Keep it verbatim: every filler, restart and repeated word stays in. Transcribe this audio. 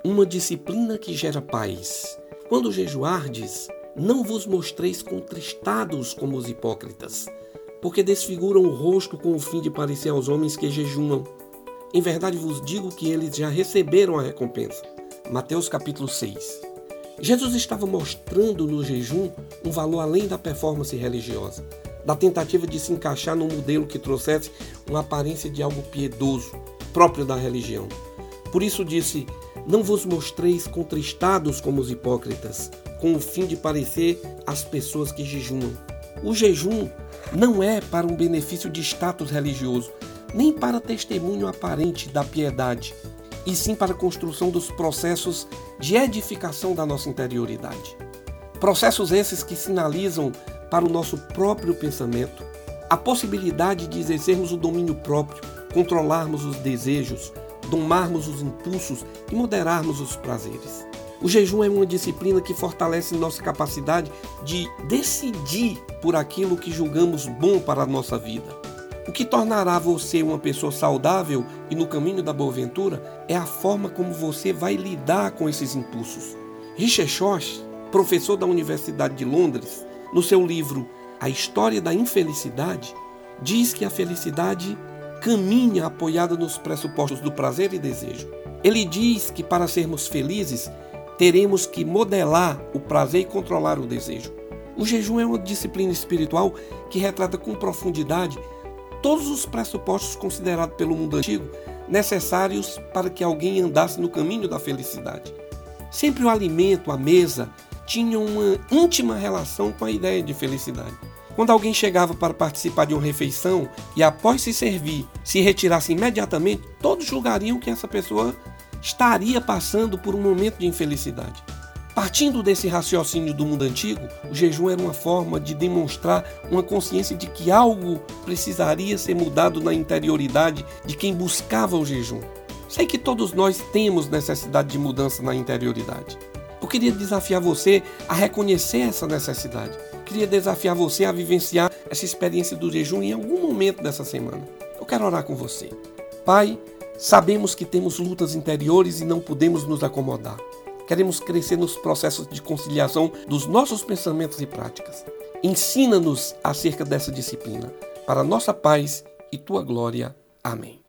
uma disciplina que gera paz. Quando jejuardes, não vos mostreis contristados como os hipócritas, porque desfiguram o rosto com o fim de parecer aos homens que jejuam. Em verdade vos digo que eles já receberam a recompensa. Mateus capítulo seis. Jesus estava mostrando no jejum um valor além da performance religiosa, da tentativa de se encaixar num modelo que trouxesse uma aparência de algo piedoso, próprio da religião. Por isso disse: não vos mostreis contristados como os hipócritas, com o fim de parecer às pessoas que jejuam. O jejum não é para um benefício de status religioso, nem para testemunho aparente da piedade, e sim para a construção dos processos de edificação da nossa interioridade. Processos esses que sinalizam para o nosso próprio pensamento a possibilidade de exercermos o domínio próprio, controlarmos os desejos, domarmos os impulsos e moderarmos os prazeres. O jejum é uma disciplina que fortalece nossa capacidade de decidir por aquilo que julgamos bom para a nossa vida. O que tornará você uma pessoa saudável e no caminho da boa-ventura é a forma como você vai lidar com esses impulsos. Richard Schrock, professor da Universidade de Londres, no seu livro A História da Infelicidade, diz que a felicidade caminha apoiada nos pressupostos do prazer e desejo. Ele diz que para sermos felizes, teremos que modelar o prazer e controlar o desejo. O jejum é uma disciplina espiritual que retrata com profundidade todos os pressupostos considerados pelo mundo antigo necessários para que alguém andasse no caminho da felicidade. Sempre o alimento, a mesa, tinham uma íntima relação com a ideia de felicidade. Quando alguém chegava para participar de uma refeição e após se servir, se retirasse imediatamente, todos julgariam que essa pessoa estaria passando por um momento de infelicidade. Partindo desse raciocínio do mundo antigo, o jejum era uma forma de demonstrar uma consciência de que algo precisaria ser mudado na interioridade de quem buscava o jejum. Sei que todos nós temos necessidade de mudança na interioridade. Eu queria desafiar você a reconhecer essa necessidade. Queria desafiar você a vivenciar essa experiência do jejum em algum momento dessa semana. Eu quero orar com você. Pai, sabemos que temos lutas interiores e não podemos nos acomodar. Queremos crescer nos processos de conciliação dos nossos pensamentos e práticas. Ensina-nos acerca dessa disciplina, para nossa paz e tua glória. Amém.